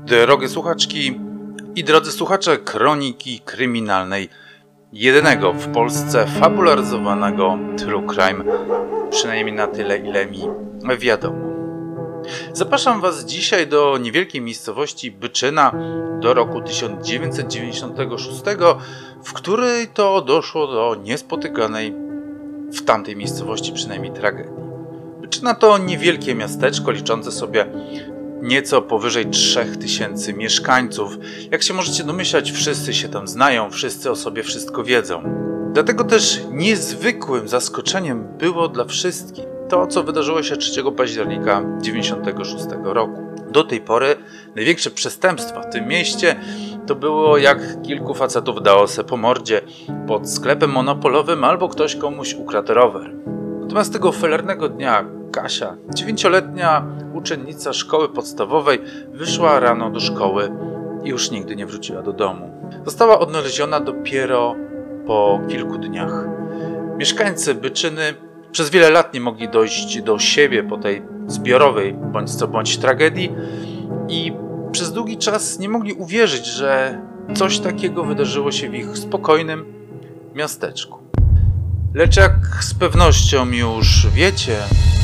Drogie słuchaczki i drodzy słuchacze Kroniki Kryminalnej, jedynego w Polsce fabularyzowanego true crime, przynajmniej na tyle, ile mi wiadomo. Zapraszam Was dzisiaj do niewielkiej miejscowości Byczyna do roku 1996, w której to doszło do niespotykanej w tamtej miejscowości przynajmniej tragedii. Byczyna to niewielkie miasteczko liczące sobie nieco powyżej 3000 mieszkańców. Jak się możecie domyślać, wszyscy się tam znają, wszyscy o sobie wszystko wiedzą. Dlatego też niezwykłym zaskoczeniem było dla wszystkich to, co wydarzyło się 3 października 1996 roku. Do tej pory największe przestępstwa w tym mieście to było, jak kilku facetów dało se po mordzie pod sklepem monopolowym albo ktoś komuś ukradł rower. Natomiast tego felernego dnia Kasia, 9-letnia uczennica szkoły podstawowej, wyszła rano do szkoły i już nigdy nie wróciła do domu. Została odnaleziona dopiero po kilku dniach. Mieszkańcy Byczyny przez wiele lat nie mogli dojść do siebie po tej zbiorowej bądź co bądź tragedii i przez długi czas nie mogli uwierzyć, że coś takiego wydarzyło się w ich spokojnym miasteczku. Lecz jak z pewnością już wiecie,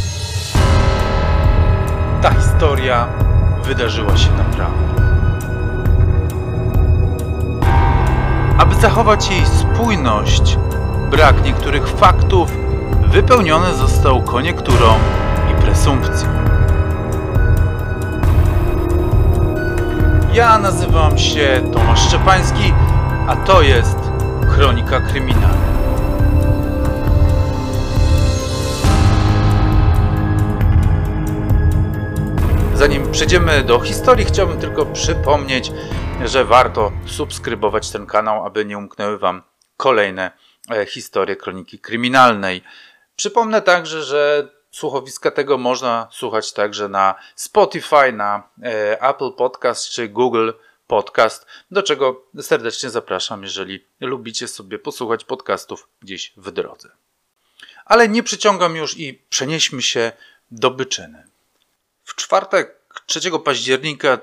ta historia wydarzyła się naprawdę. Aby zachować jej spójność, brak niektórych faktów wypełniony został koniekturą i presumpcją. Ja nazywam się Tomasz Szczepański, a to jest Kronika Kryminalna. Zanim przejdziemy do historii, chciałbym tylko przypomnieć, że warto subskrybować ten kanał, aby nie umknęły Wam kolejne historie Kroniki Kryminalnej. Przypomnę także, że słuchowiska tego można słuchać także na Spotify, na Apple Podcast czy Google Podcast, do czego serdecznie zapraszam, jeżeli lubicie sobie posłuchać podcastów gdzieś w drodze. Ale nie przyciągam już i przenieśmy się do Byczyny. W czwartek 3 października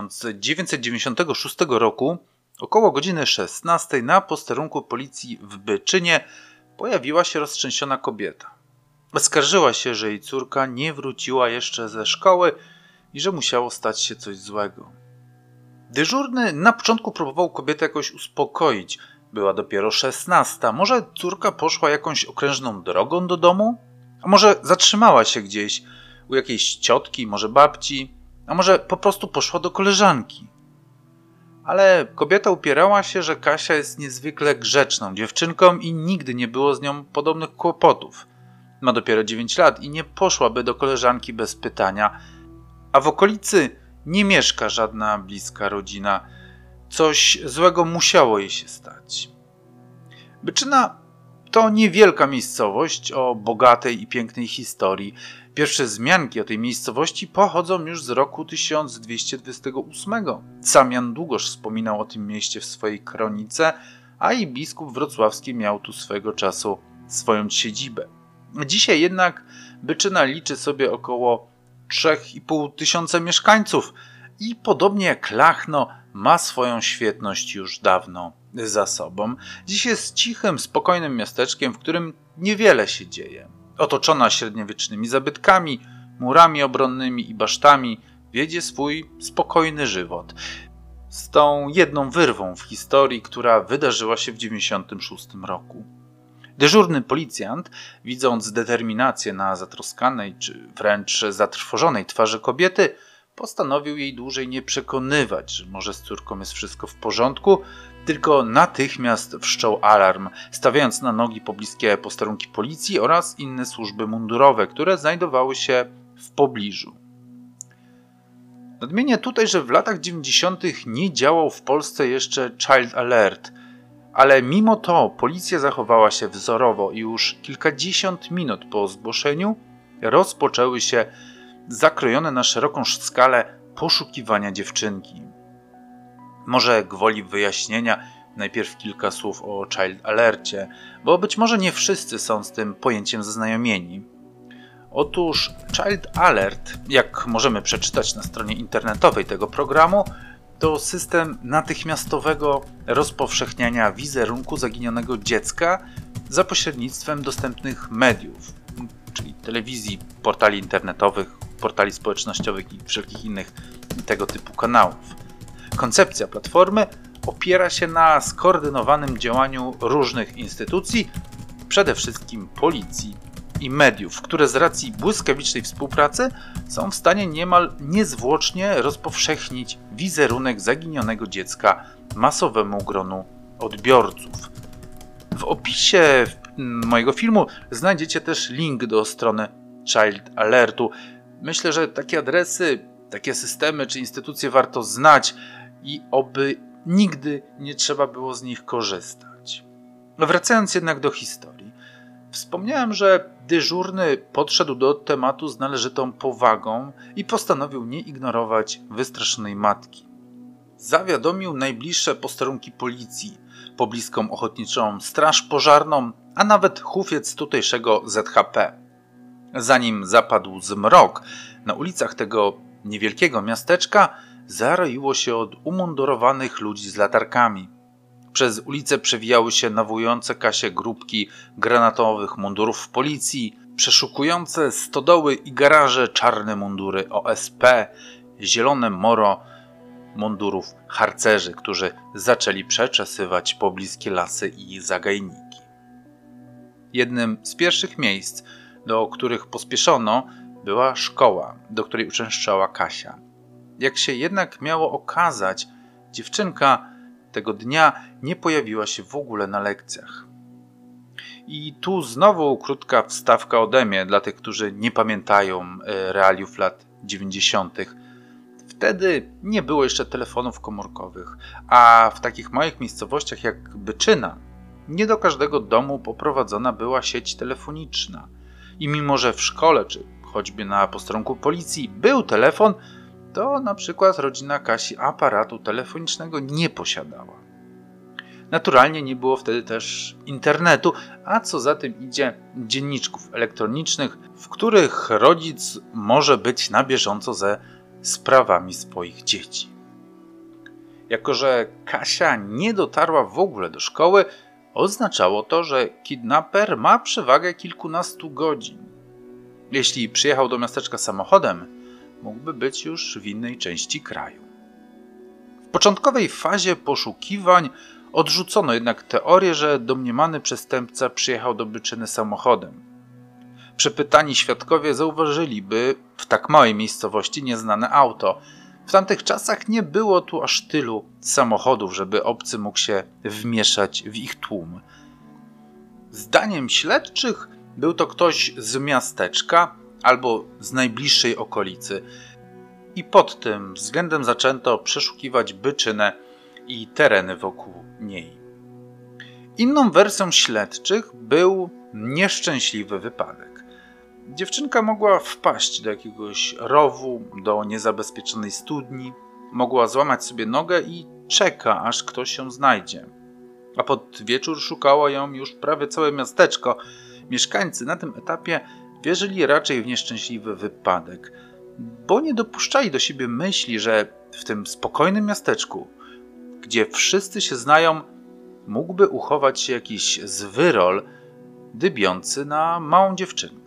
1996 roku około godziny 16 na posterunku policji w Byczynie pojawiła się roztrzęsiona kobieta. Skarżyła się, że jej córka nie wróciła jeszcze ze szkoły i że musiało stać się coś złego. Dyżurny na początku próbował kobietę jakoś uspokoić. Była dopiero 16. Może córka poszła jakąś okrężną drogą do domu? A może zatrzymała się gdzieś u jakiejś ciotki, może babci? A może po prostu poszła do koleżanki? Ale kobieta upierała się, że Kasia jest niezwykle grzeczną dziewczynką i nigdy nie było z nią podobnych kłopotów. Ma dopiero 9 lat i nie poszłaby do koleżanki bez pytania, a w okolicy nie mieszka żadna bliska rodzina. Coś złego musiało jej się stać. Byczyna to niewielka miejscowość o bogatej i pięknej historii. Pierwsze wzmianki o tej miejscowości pochodzą już z roku 1228. Sam Jan Długosz wspominał o tym mieście w swojej kronice, a i biskup wrocławski miał tu swego czasu swoją siedzibę. Dzisiaj jednak Byczyna liczy sobie około 3500 mieszkańców i podobnie jak Lachno ma swoją świetność już dawno za sobą. Dziś jest cichym, spokojnym miasteczkiem, w którym niewiele się dzieje. Otoczona średniowiecznymi zabytkami, murami obronnymi i basztami, wiedzie swój spokojny żywot. Z tą jedną wyrwą w historii, która wydarzyła się w 1996 roku. Dyżurny policjant, widząc determinację na zatroskanej czy wręcz zatrwożonej twarzy kobiety, postanowił jej dłużej nie przekonywać, że może z córką jest wszystko w porządku, tylko natychmiast wszczął alarm, stawiając na nogi pobliskie posterunki policji oraz inne służby mundurowe, które znajdowały się w pobliżu. Nadmienię tutaj, że w latach 90. nie działał w Polsce jeszcze Child Alert, ale mimo to policja zachowała się wzorowo i już kilkadziesiąt minut po zgłoszeniu rozpoczęły się zakrojone na szeroką skalę poszukiwania dziewczynki. Może gwoli wyjaśnienia najpierw kilka słów o Child Alercie, bo być może nie wszyscy są z tym pojęciem zaznajomieni. Otóż Child Alert, jak możemy przeczytać na stronie internetowej tego programu, to system natychmiastowego rozpowszechniania wizerunku zaginionego dziecka za pośrednictwem dostępnych mediów, czyli telewizji, portali internetowych, portali społecznościowych i wszelkich innych tego typu kanałów. Koncepcja platformy opiera się na skoordynowanym działaniu różnych instytucji, przede wszystkim policji i mediów, które z racji błyskawicznej współpracy są w stanie niemal niezwłocznie rozpowszechnić wizerunek zaginionego dziecka masowemu gronu odbiorców. W opisie mojego filmu znajdziecie też link do strony Child Alertu. Myślę, że takie adresy, takie systemy czy instytucje warto znać i oby nigdy nie trzeba było z nich korzystać. Wracając jednak do historii. Wspomniałem, że dyżurny podszedł do tematu z należytą powagą i postanowił nie ignorować wystraszonej matki. Zawiadomił najbliższe posterunki policji, pobliską ochotniczą straż pożarną, a nawet hufiec tutejszego ZHP. Zanim zapadł zmrok, na ulicach tego niewielkiego miasteczka zaroiło się od umundurowanych ludzi z latarkami. Przez ulicę przewijały się nawołujące Kasię grupki granatowych mundurów policji, przeszukujące stodoły i garaże czarne mundury OSP, zielone moro mundurów harcerzy, którzy zaczęli przeczesywać pobliskie lasy i zagajniki. Jednym z pierwszych miejsc, do których pospieszono, była szkoła, do której uczęszczała Kasia. Jak się jednak miało okazać, dziewczynka tego dnia nie pojawiła się w ogóle na lekcjach. I tu znowu krótka wstawka ode mnie dla tych, którzy nie pamiętają realiów lat 90. Wtedy nie było jeszcze telefonów komórkowych, a w takich małych miejscowościach jak Byczyna nie do każdego domu poprowadzona była sieć telefoniczna. I mimo, że w szkole czy choćby na posterunku policji był telefon, to na przykład rodzina Kasi aparatu telefonicznego nie posiadała. Naturalnie nie było wtedy też internetu, a co za tym idzie dzienniczków elektronicznych, w których rodzic może być na bieżąco ze sprawami swoich dzieci. Jako że Kasia nie dotarła w ogóle do szkoły, oznaczało to, że kidnaper ma przewagę kilkunastu godzin. Jeśli przyjechał do miasteczka samochodem, mógłby być już w innej części kraju. W początkowej fazie poszukiwań odrzucono jednak teorię, że domniemany przestępca przyjechał do Byczyny samochodem. Przepytani świadkowie zauważyliby w tak małej miejscowości nieznane auto. W tamtych czasach nie było tu aż tylu samochodów, żeby obcy mógł się wmieszać w ich tłum. Zdaniem śledczych był to ktoś z miasteczka albo z najbliższej okolicy. I pod tym względem zaczęto przeszukiwać Byczynę i tereny wokół niej. Inną wersją śledczych był nieszczęśliwy wypadek. Dziewczynka mogła wpaść do jakiegoś rowu, do niezabezpieczonej studni, mogła złamać sobie nogę i czeka, aż ktoś ją znajdzie. A pod wieczór szukało ją już prawie całe miasteczko. Mieszkańcy na tym etapie wierzyli raczej w nieszczęśliwy wypadek, bo nie dopuszczali do siebie myśli, że w tym spokojnym miasteczku, gdzie wszyscy się znają, mógłby uchować się jakiś zwyrol dybiący na małą dziewczynkę.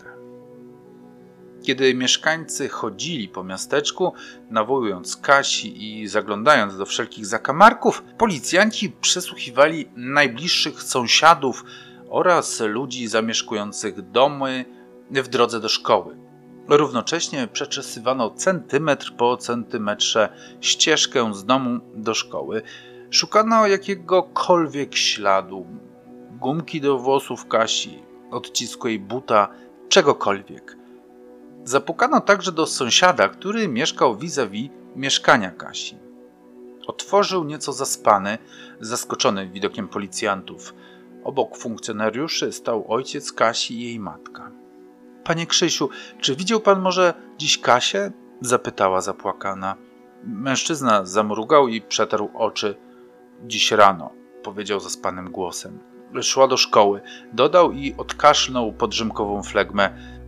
Kiedy mieszkańcy chodzili po miasteczku, nawołując Kasi i zaglądając do wszelkich zakamarków, policjanci przesłuchiwali najbliższych sąsiadów oraz ludzi zamieszkujących domy w drodze do szkoły. Równocześnie przeczesywano centymetr po centymetrze ścieżkę z domu do szkoły. Szukano jakiegokolwiek śladu, gumki do włosów Kasi, odcisku jej buta, czegokolwiek. Zapukano także do sąsiada, który mieszkał vis-a-vis mieszkania Kasi. Otworzył nieco zaspany, zaskoczony widokiem policjantów. Obok funkcjonariuszy stał ojciec Kasi i jej matka. Panie Krzysiu, czy widział pan może dziś Kasię? Zapytała zapłakana. Mężczyzna zamrugał i przetarł oczy. Dziś rano, powiedział zaspanym głosem. Szła do szkoły, dodał i odkaszlnął podrzymkową flegmę.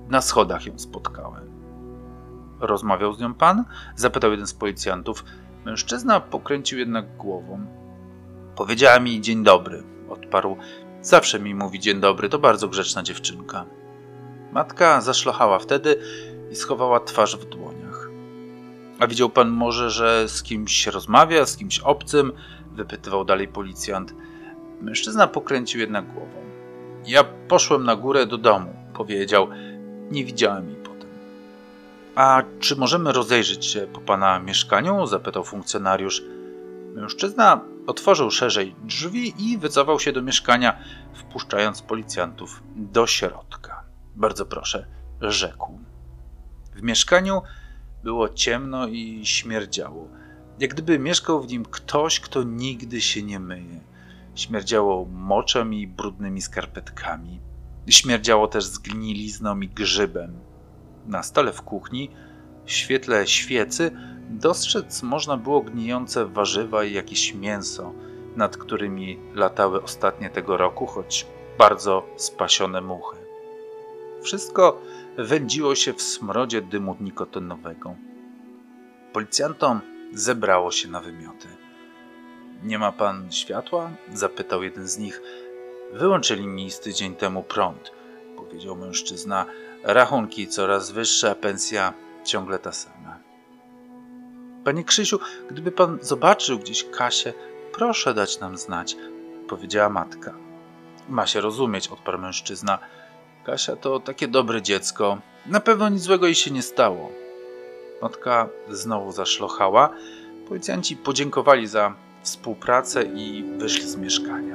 Na schodach ją spotkałem. Rozmawiał z nią pan? Zapytał jeden z policjantów. Mężczyzna pokręcił jednak głową. Powiedziała mi dzień dobry, odparł. Zawsze mi mówi dzień dobry, to bardzo grzeczna dziewczynka. Matka zaszlochała wtedy i schowała twarz w dłoniach. A widział pan może, że z kimś rozmawia, z kimś obcym? Wypytywał dalej policjant. Mężczyzna pokręcił jednak głową. Ja poszłem na górę do domu, powiedział. Nie widziałem jej potem. A czy możemy rozejrzeć się po pana mieszkaniu? Zapytał funkcjonariusz. Mężczyzna otworzył szerzej drzwi i wycofał się do mieszkania, wpuszczając policjantów do środka. Bardzo proszę, rzekł. W mieszkaniu było ciemno i śmierdziało, jak gdyby mieszkał w nim ktoś, kto nigdy się nie myje. Śmierdziało moczem i brudnymi skarpetkami. Śmierdziało też zgnilizną i grzybem. Na stole w kuchni, w świetle świecy, dostrzec można było gnijące warzywa i jakieś mięso, nad którymi latały ostatnie tego roku, choć bardzo spasione muchy. Wszystko wędziło się w smrodzie dymu nikotynowego. Policjantom zebrało się na wymioty. Nie ma pan światła? Zapytał jeden z nich. Wyłączyli mi z tydzień temu prąd, powiedział mężczyzna. Rachunki coraz wyższe, a pensja ciągle ta sama. Panie Krzysiu, gdyby pan zobaczył gdzieś Kasię, proszę dać nam znać, powiedziała matka. Ma się rozumieć, odparł mężczyzna. Kasia to takie dobre dziecko. Na pewno nic złego jej się nie stało. Matka znowu zaszlochała. Policjanci podziękowali za współpracę i wyszli z mieszkania.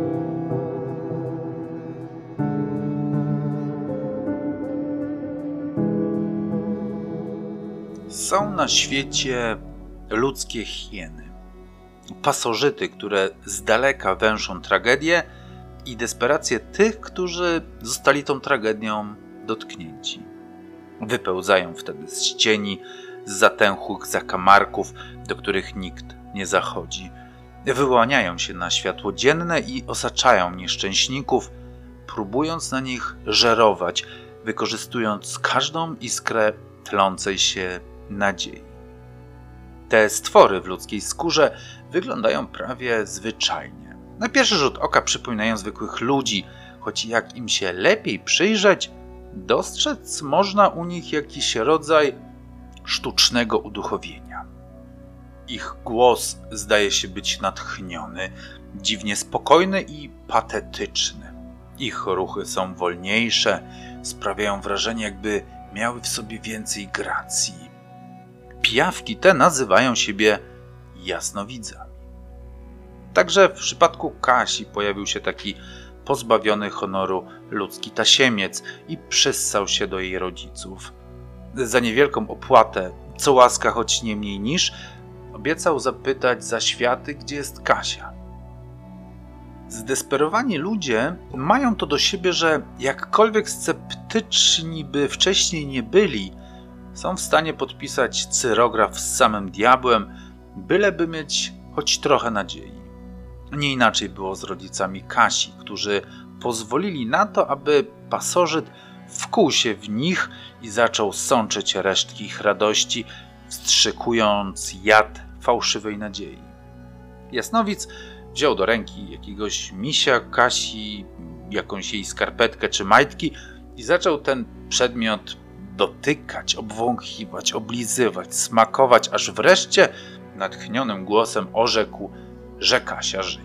Są na świecie ludzkie hieny. Pasożyty, które z daleka węszą tragedię i desperację tych, którzy zostali tą tragedią dotknięci. Wypełzają wtedy z cieni, z zatęchłych zakamarków, do których nikt nie zachodzi. Wyłaniają się na światło dzienne i osaczają nieszczęśników, próbując na nich żerować, wykorzystując każdą iskrę tlącej się nadziei. Te stwory w ludzkiej skórze wyglądają prawie zwyczajnie. Na pierwszy rzut oka przypominają zwykłych ludzi, choć jak im się lepiej przyjrzeć, dostrzec można u nich jakiś rodzaj sztucznego uduchowienia. Ich głos zdaje się być natchniony, dziwnie spokojny i patetyczny. Ich ruchy są wolniejsze, sprawiają wrażenie, jakby miały w sobie więcej gracji. Pijawki te nazywają siebie jasnowidzami. Także w przypadku Kasi pojawił się taki pozbawiony honoru ludzki tasiemiec i przyssał się do jej rodziców. Za niewielką opłatę, co łaska choć nie mniej niż, obiecał zapytać za światy, gdzie jest Kasia. Zdesperowani ludzie mają to do siebie, że jakkolwiek sceptyczni by wcześniej nie byli, są w stanie podpisać cyrograf z samym diabłem, byleby mieć choć trochę nadziei. Nie inaczej było z rodzicami Kasi, którzy pozwolili na to, aby pasożyt wkuł się w nich i zaczął sączyć resztki ich radości, wstrzykując jad fałszywej nadziei. Jasnowic wziął do ręki jakiegoś misia Kasi, jakąś jej skarpetkę czy majtki i zaczął ten przedmiot dotykać, obwąchiwać, oblizywać, smakować, aż wreszcie natchnionym głosem orzekł, że Kasia żyje.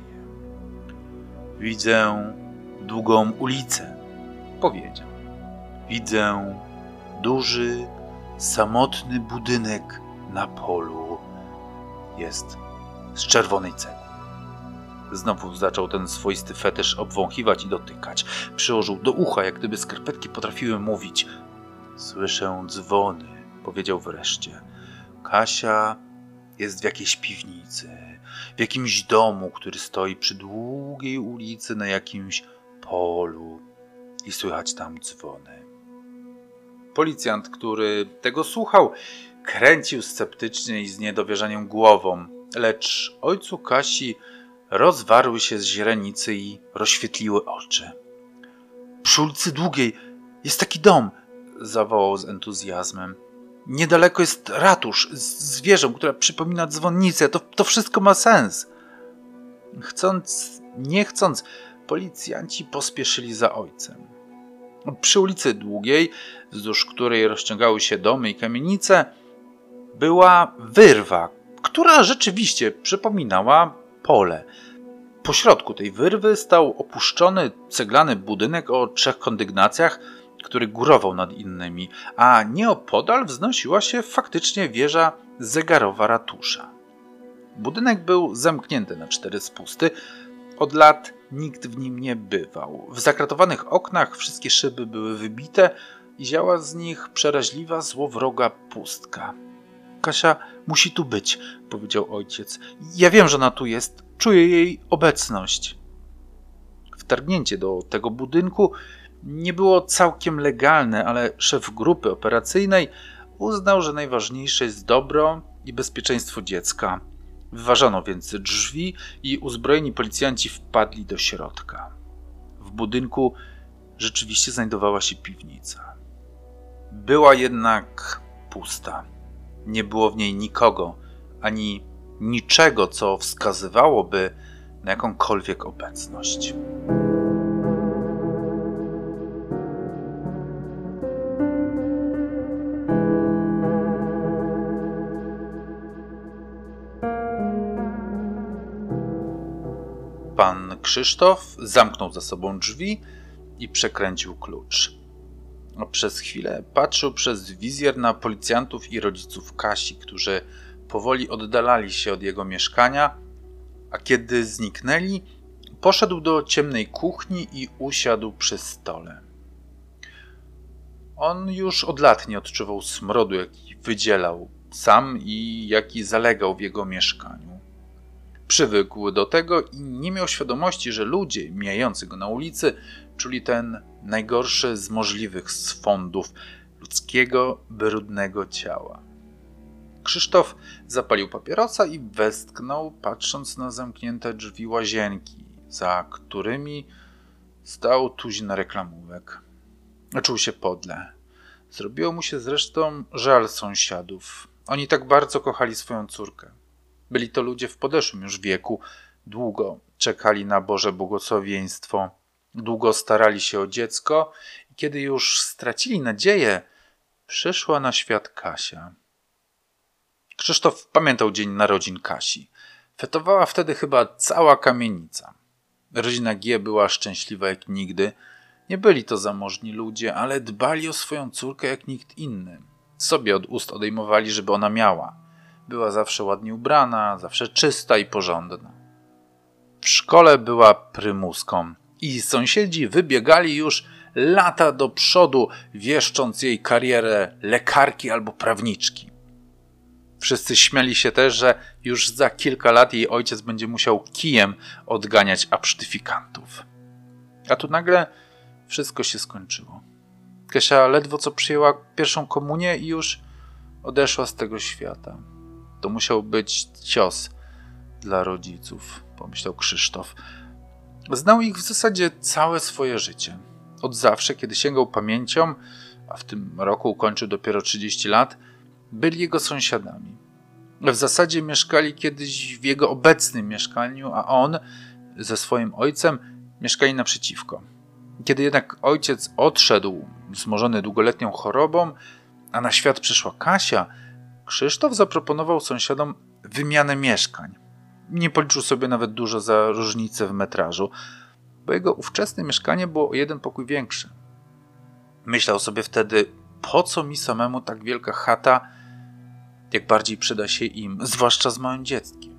Widzę długą ulicę, powiedział. Widzę duży, samotny budynek na polu. Jest z czerwonej cegły. Znowu zaczął ten swoisty fetysz obwąchiwać i dotykać. Przyłożył do ucha, jak gdyby skarpetki potrafiły mówić. Słyszę dzwony, powiedział wreszcie. Kasia jest w jakiejś piwnicy, w jakimś domu, który stoi przy długiej ulicy na jakimś polu i słychać tam dzwony. Policjant, który tego słuchał, kręcił sceptycznie i z niedowierzaniem głową, lecz ojcu Kasi rozwarły się z źrenicy i rozświetliły oczy. Przy ulicy Długiej jest taki dom. zawołał z entuzjazmem. Niedaleko jest ratusz z wieżą, która przypomina dzwonnicę. To wszystko ma sens. Nie chcąc, policjanci pospieszyli za ojcem. Przy ulicy Długiej, wzdłuż której rozciągały się domy i kamienice, była wyrwa, która rzeczywiście przypominała pole. Po środku tej wyrwy stał opuszczony ceglany budynek o 3 kondygnacjach, który górował nad innymi, a nieopodal wznosiła się faktycznie wieża zegarowa ratusza. Budynek był zamknięty na 4 spusty. Od lat nikt w nim nie bywał. W zakratowanych oknach wszystkie szyby były wybite i ziała z nich przeraźliwa, złowroga pustka. Kasia musi tu być, powiedział ojciec. Ja wiem, że ona tu jest. Czuję jej obecność. Wtargnięcie do tego budynku nie było całkiem legalne, ale szef grupy operacyjnej uznał, że najważniejsze jest dobro i bezpieczeństwo dziecka. Wyważono więc drzwi i uzbrojeni policjanci wpadli do środka. W budynku rzeczywiście znajdowała się piwnica. Była jednak pusta. Nie było w niej nikogo, ani niczego, co wskazywałoby na jakąkolwiek obecność. Pan Krzysztof zamknął za sobą drzwi i przekręcił klucz. Przez chwilę patrzył przez wizjer na policjantów i rodziców Kasi, którzy powoli oddalali się od jego mieszkania, a kiedy zniknęli, poszedł do ciemnej kuchni i usiadł przy stole. On już od lat nie odczuwał smrodu, jaki wydzielał sam i jaki zalegał w jego mieszkaniu. Przywykł do tego i nie miał świadomości, że ludzie mijający go na ulicy czuli ten najgorszy z możliwych swądów ludzkiego, brudnego ciała. Krzysztof zapalił papierosa i westchnął, patrząc na zamknięte drzwi łazienki, za którymi stał tuzin reklamówek. Czuł się podle. Zrobiło mu się zresztą żal sąsiadów. Oni tak bardzo kochali swoją córkę. Byli to ludzie w podeszłym już wieku, długo czekali na Boże błogosławieństwo, długo starali się o dziecko i kiedy już stracili nadzieję, przyszła na świat Kasia. Krzysztof pamiętał dzień narodzin Kasi. Fetowała wtedy chyba cała kamienica. Rodzina G była szczęśliwa jak nigdy. Nie byli to zamożni ludzie, ale dbali o swoją córkę jak nikt inny. Sobie od ust odejmowali, żeby ona miała. Była zawsze ładnie ubrana, zawsze czysta i porządna. W szkole była prymuską i sąsiedzi wybiegali już lata do przodu, wieszcząc jej karierę lekarki albo prawniczki. Wszyscy śmiali się też, że już za kilka lat jej ojciec będzie musiał kijem odganiać absztyfikantów. A tu nagle wszystko się skończyło. Kasia ledwo co przyjęła pierwszą komunię i już odeszła z tego świata. To musiał być cios dla rodziców, pomyślał Krzysztof. Znał ich w zasadzie całe swoje życie. Od zawsze, kiedy sięgał pamięcią, a w tym roku ukończył dopiero 30 lat, byli jego sąsiadami. W zasadzie mieszkali kiedyś w jego obecnym mieszkaniu, a on ze swoim ojcem mieszkali naprzeciwko. Kiedy jednak ojciec odszedł, wzmożony długoletnią chorobą, a na świat przyszła Kasia, Krzysztof zaproponował sąsiadom wymianę mieszkań. Nie policzył sobie nawet dużo za różnicę w metrażu, bo jego ówczesne mieszkanie było o 1 pokój większe. Myślał sobie wtedy, po co mi samemu tak wielka chata, jak bardziej przyda się im, zwłaszcza z małym dzieckiem.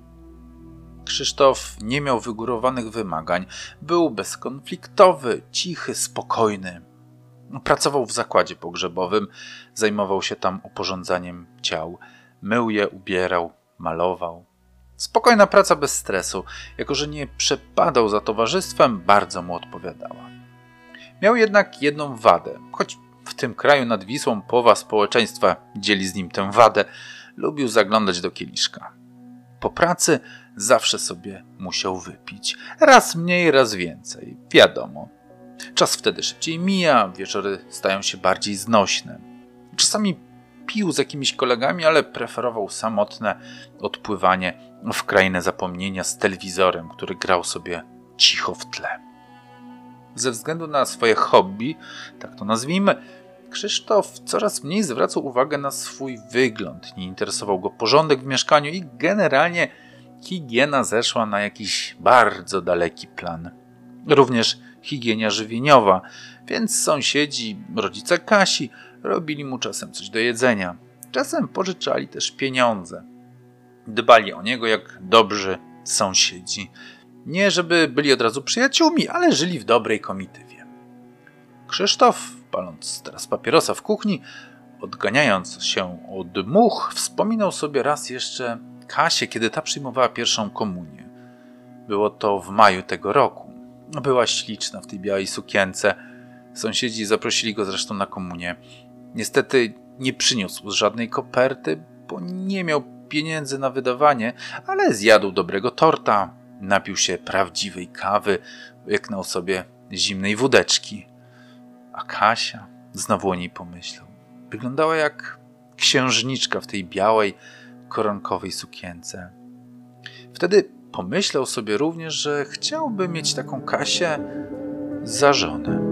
Krzysztof nie miał wygórowanych wymagań, był bezkonfliktowy, cichy, spokojny. Pracował w zakładzie pogrzebowym, zajmował się tam oporządzaniem ciał, mył je, ubierał, malował. Spokojna praca bez stresu, jako że nie przepadał za towarzystwem, bardzo mu odpowiadała. Miał jednak jedną wadę, choć w tym kraju nad Wisłą połowa społeczeństwa dzieli z nim tę wadę, lubił zaglądać do kieliszka. Po pracy zawsze sobie musiał wypić. Raz mniej, raz więcej, wiadomo. Czas wtedy szybciej mija, wieczory stają się bardziej znośne. Czasami pił z jakimiś kolegami, ale preferował samotne odpływanie w krainę zapomnienia z telewizorem, który grał sobie cicho w tle. Ze względu na swoje hobby, tak to nazwijmy, Krzysztof coraz mniej zwracał uwagę na swój wygląd. Nie interesował go porządek w mieszkaniu i generalnie higiena zeszła na jakiś bardzo daleki plan. Również higiena żywieniowa, więc sąsiedzi, rodzice Kasi robili mu czasem coś do jedzenia. Czasem pożyczali też pieniądze. Dbali o niego jak dobrzy sąsiedzi. Nie żeby byli od razu przyjaciółmi, ale żyli w dobrej komitywie. Krzysztof, paląc teraz papierosa w kuchni, odganiając się od much, wspominał sobie raz jeszcze Kasię, kiedy ta przyjmowała pierwszą komunię. Było to w maju tego roku. Była śliczna w tej białej sukience. Sąsiedzi zaprosili go zresztą na komunię. Niestety nie przyniósł żadnej koperty, bo nie miał pieniędzy na wydawanie, ale zjadł dobrego torta, napił się prawdziwej kawy, łyknął sobie zimnej wódeczki. A Kasia, znowu o niej pomyślał, wyglądała jak księżniczka w tej białej, koronkowej sukience. Wtedy pomyślał sobie również, że chciałby mieć taką Kasię za żonę.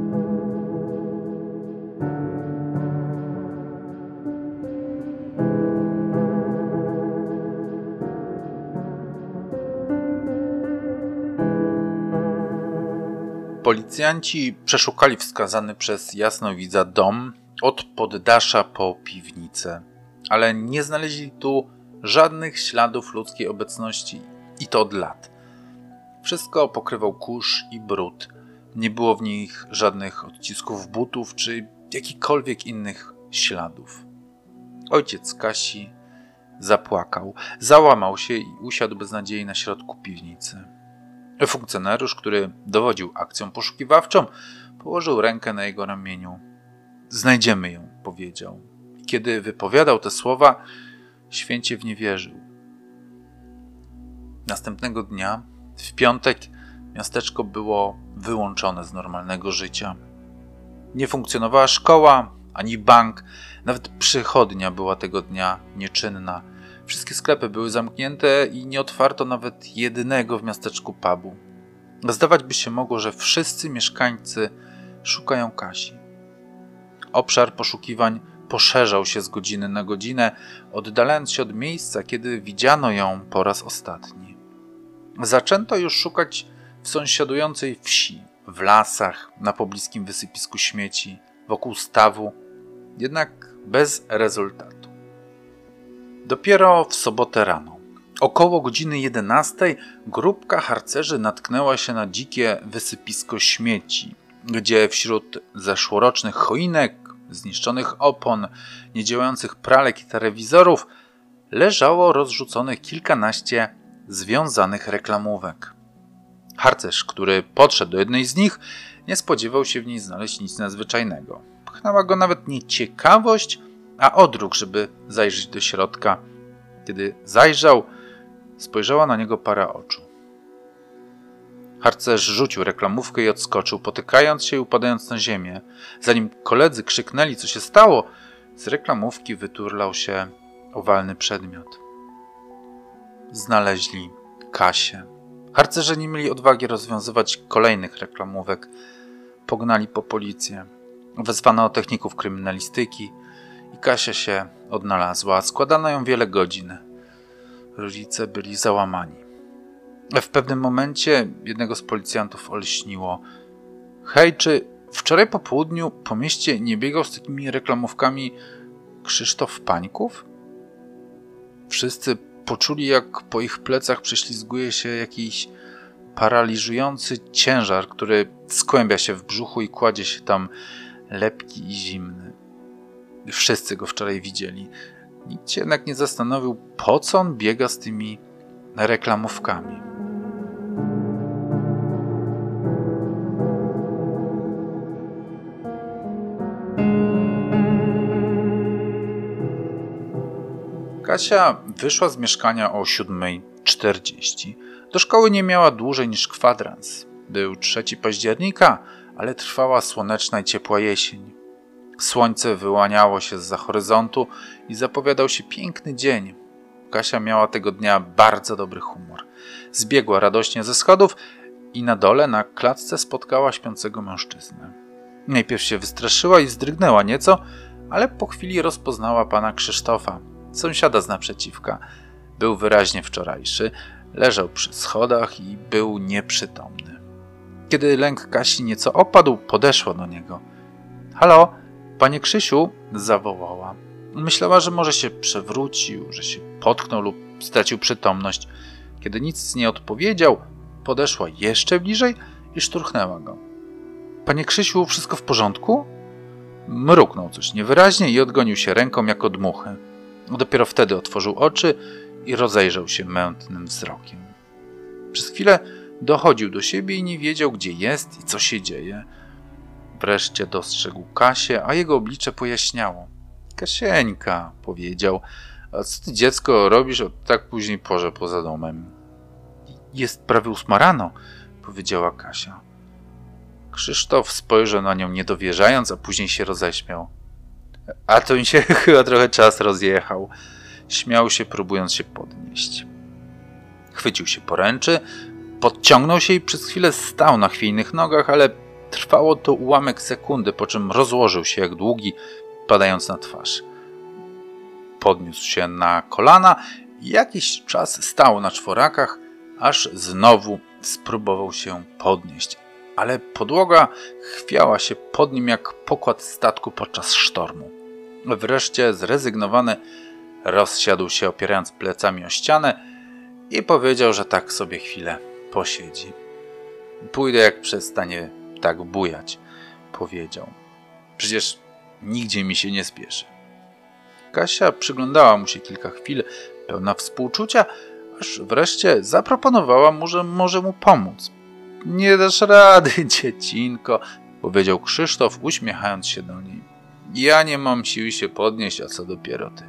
Policjanci przeszukali wskazany przez jasnowidza dom od poddasza po piwnicę, ale nie znaleźli tu żadnych śladów ludzkiej obecności i to od lat. Wszystko pokrywał kurz i brud. Nie było w nich żadnych odcisków butów czy jakichkolwiek innych śladów. Ojciec Kasi zapłakał, załamał się i usiadł bez nadziei na środku piwnicy. Funkcjonariusz, który dowodził akcją poszukiwawczą, położył rękę na jego ramieniu. Znajdziemy ją, powiedział. Kiedy wypowiadał te słowa, święcie w nie wierzył. Następnego dnia, w piątek, miasteczko było wyłączone z normalnego życia. Nie funkcjonowała szkoła, ani bank, nawet przychodnia była tego dnia nieczynna. Wszystkie sklepy były zamknięte i nie otwarto nawet jedynego w miasteczku pubu. Zdawać by się mogło, że wszyscy mieszkańcy szukają Kasi. Obszar poszukiwań poszerzał się z godziny na godzinę, oddalając się od miejsca, kiedy widziano ją po raz ostatni. Zaczęto już szukać w sąsiadującej wsi, w lasach, na pobliskim wysypisku śmieci, wokół stawu, jednak bez rezultatu. Dopiero w sobotę rano, około godziny 11, grupka harcerzy natknęła się na dzikie wysypisko śmieci, gdzie wśród zeszłorocznych choinek, zniszczonych opon, niedziałających pralek i telewizorów leżało rozrzuconych kilkanaście związanych reklamówek. Harcerz, który podszedł do jednej z nich, nie spodziewał się w niej znaleźć nic nadzwyczajnego. Pchnęła go nawet nie ciekawość, a odruch, żeby zajrzeć do środka. Kiedy zajrzał, spojrzała na niego para oczu. Harcerz rzucił reklamówkę i odskoczył, potykając się i upadając na ziemię. Zanim koledzy krzyknęli, co się stało, z reklamówki wyturlał się owalny przedmiot. Znaleźli Kasię. Harcerze nie mieli odwagi rozwiązywać kolejnych reklamówek. Pognali po policję. Wezwano techników kryminalistyki i Kasia się odnalazła. Składano ją wiele godzin. Rodzice byli załamani. W pewnym momencie jednego z policjantów olśniło. Hej, czy wczoraj po południu po mieście nie biegał z takimi reklamówkami Krzysztof Pańków? Wszyscy poczuli, jak po ich plecach prześlizguje się jakiś paraliżujący ciężar, który skłębia się w brzuchu i kładzie się tam lepki i zimny. Wszyscy go wczoraj widzieli. Nikt się jednak nie zastanowił, po co on biega z tymi reklamówkami. Kasia wyszła z mieszkania o 7:40. Do szkoły nie miała dłużej niż kwadrans. Był 3 października, ale trwała słoneczna i ciepła jesień. Słońce wyłaniało się zza horyzontu i zapowiadał się piękny dzień. Kasia miała tego dnia bardzo dobry humor. Zbiegła radośnie ze schodów i na dole na klatce spotkała śpiącego mężczyznę. Najpierw się wystraszyła i wzdrygnęła nieco, ale po chwili rozpoznała pana Krzysztofa, sąsiada z naprzeciwka. Był wyraźnie wczorajszy, leżał przy schodach i był nieprzytomny. Kiedy lęk Kasi nieco opadł, podeszła do niego. – Halo, panie Krzysiu! – zawołała. Myślała, że może się przewrócił, że się potknął lub stracił przytomność. Kiedy nic nie odpowiedział, podeszła jeszcze bliżej i szturchnęła go. – Panie Krzysiu, wszystko w porządku? Mruknął coś niewyraźnie i odgonił się ręką jak od muchy. Dopiero wtedy otworzył oczy i rozejrzał się mętnym wzrokiem. Przez chwilę dochodził do siebie i nie wiedział, gdzie jest i co się dzieje. Wreszcie dostrzegł Kasię, a jego oblicze pojaśniało. – Kasieńka – powiedział. – A co ty, dziecko, robisz o tak późnej porze poza domem? – Jest prawie 8 rano – powiedziała Kasia. Krzysztof spojrzał na nią niedowierzając, a później się roześmiał. – A to mi się chyba trochę czas rozjechał. Śmiał się, próbując się podnieść. Chwycił się poręczy, podciągnął się i przez chwilę stał na chwiejnych nogach, ale trwało to ułamek sekundy, po czym rozłożył się jak długi, padając na twarz. Podniósł się na kolana i jakiś czas stał na czworakach, aż znowu spróbował się podnieść. Ale podłoga chwiała się pod nim jak pokład statku podczas sztormu. Wreszcie zrezygnowany rozsiadł się, opierając plecami o ścianę i powiedział, że tak sobie chwilę posiedzi. Pójdę, jak przestanie tak bujać, powiedział. Przecież nigdzie mi się nie spieszy. Kasia przyglądała mu się kilka chwil, pełna współczucia, aż wreszcie zaproponowała mu, że może mu pomóc. Nie dasz rady, dziecinko, powiedział Krzysztof, uśmiechając się do niej. Ja nie mam siły się podnieść, a co dopiero ty.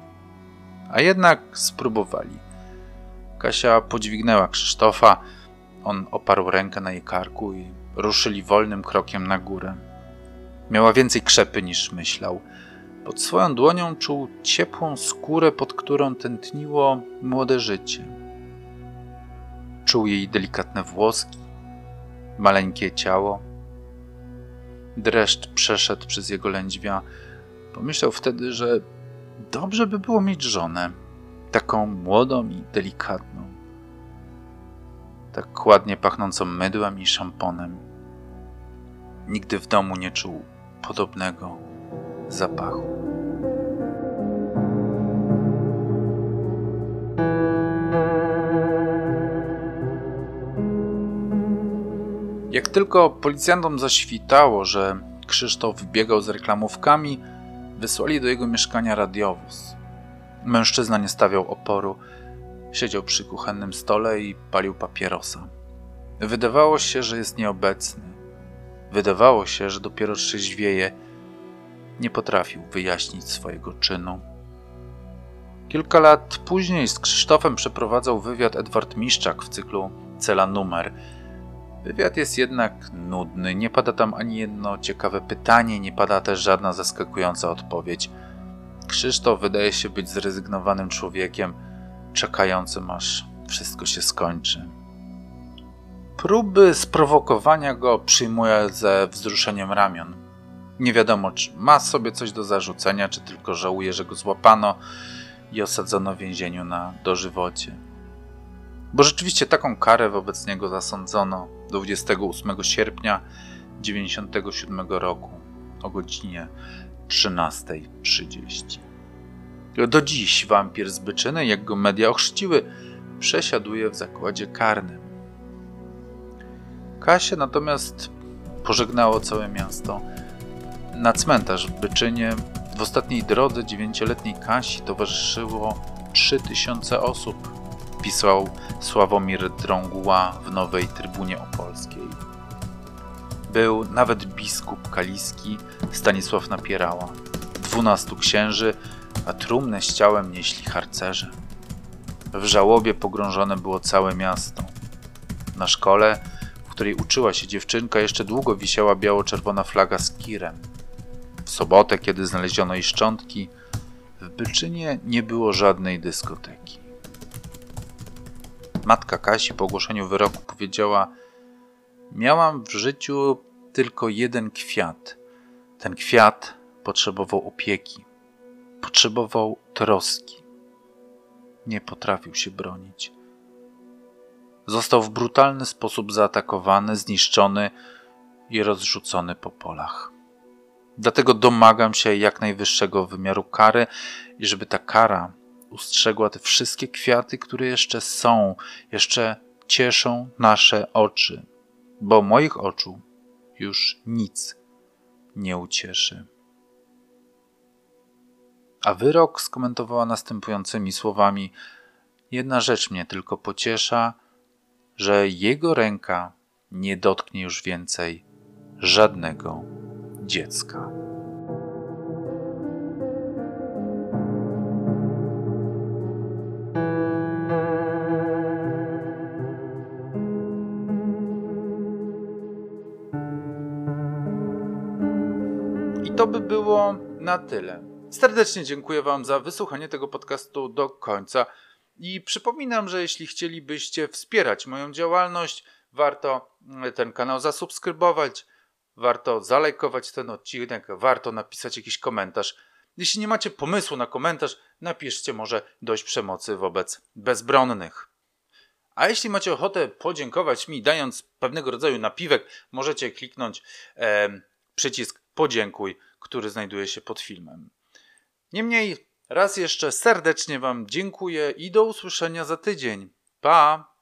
A jednak spróbowali. Kasia podźwignęła Krzysztofa, on oparł rękę na jej karku i ruszyli wolnym krokiem na górę. Miała więcej krzepy niż myślał. Pod swoją dłonią czuł ciepłą skórę, pod którą tętniło młode życie. Czuł jej delikatne włoski, maleńkie ciało. Dreszcz przeszedł przez jego lędźwia. Pomyślał wtedy, że dobrze by było mieć żonę, taką młodą i delikatną, tak ładnie pachnącą mydłem i szamponem. Nigdy w domu nie czuł podobnego zapachu. Jak tylko policjantom zaświtało, że Krzysztof biegał z reklamówkami, wysłali do jego mieszkania radiowóz. Mężczyzna nie stawiał oporu. Siedział przy kuchennym stole i palił papierosa. Wydawało się, że jest nieobecny. Wydawało się, że dopiero trzeźwieje. Nie potrafił wyjaśnić swojego czynu. Kilka lat później z Krzysztofem przeprowadzał wywiad Edward Miszczak w cyklu Cela numer. Wywiad jest jednak nudny, nie pada tam ani jedno ciekawe pytanie, nie pada też żadna zaskakująca odpowiedź. Krzysztof wydaje się być zrezygnowanym człowiekiem, czekającym aż wszystko się skończy. Próby sprowokowania go przyjmuje ze wzruszeniem ramion. Nie wiadomo, czy ma sobie coś do zarzucenia, czy tylko żałuje, że go złapano i osadzono w więzieniu na dożywocie. Bo rzeczywiście taką karę wobec niego zasądzono 28 sierpnia 1997 roku o godzinie 13:30. Do dziś wampir z Byczyny, jak go media ochrzciły, przesiaduje w zakładzie karnym. Kasię natomiast pożegnało całe miasto. Na cmentarz w Byczynie w ostatniej drodze 9-letniej Kasi towarzyszyło 3000 osób, pisał Sławomir Drąguła w Nowej Trybunie Opolskiej. Był nawet biskup kaliski Stanisław Napierała, 12 księży, a trumnę z ciałem nieśli harcerze. W żałobie pogrążone było całe miasto. Na szkole, w której uczyła się dziewczynka, jeszcze długo wisiała biało-czerwona flaga z kirem. W sobotę, kiedy znaleziono jej szczątki, w Byczynie nie było żadnej dyskoteki. Matka Kasi po ogłoszeniu wyroku powiedziała: miałam w życiu tylko jeden kwiat. Ten kwiat potrzebował opieki, potrzebował troski. Nie potrafił się bronić. Został w brutalny sposób zaatakowany, zniszczony i rozrzucony po polach. Dlatego domagam się jak najwyższego wymiaru kary i żeby ta kara ustrzegła te wszystkie kwiaty, które jeszcze są, jeszcze cieszą nasze oczy, bo moich oczu już nic nie ucieszy. A wyrok skomentowała następującymi słowami: jedna rzecz mnie tylko pociesza, że jego ręka nie dotknie już więcej żadnego dziecka. I to by było na tyle. Serdecznie dziękuję Wam za wysłuchanie tego podcastu do końca i przypominam, że jeśli chcielibyście wspierać moją działalność, warto ten kanał zasubskrybować, warto zalajkować ten odcinek, warto napisać jakiś komentarz. Jeśli nie macie pomysłu na komentarz, napiszcie może dość przemocy wobec bezbronnych. A jeśli macie ochotę podziękować mi, dając pewnego rodzaju napiwek, możecie kliknąć przycisk podziękuj, który znajduje się pod filmem. Niemniej raz jeszcze serdecznie Wam dziękuję i do usłyszenia za tydzień. Pa!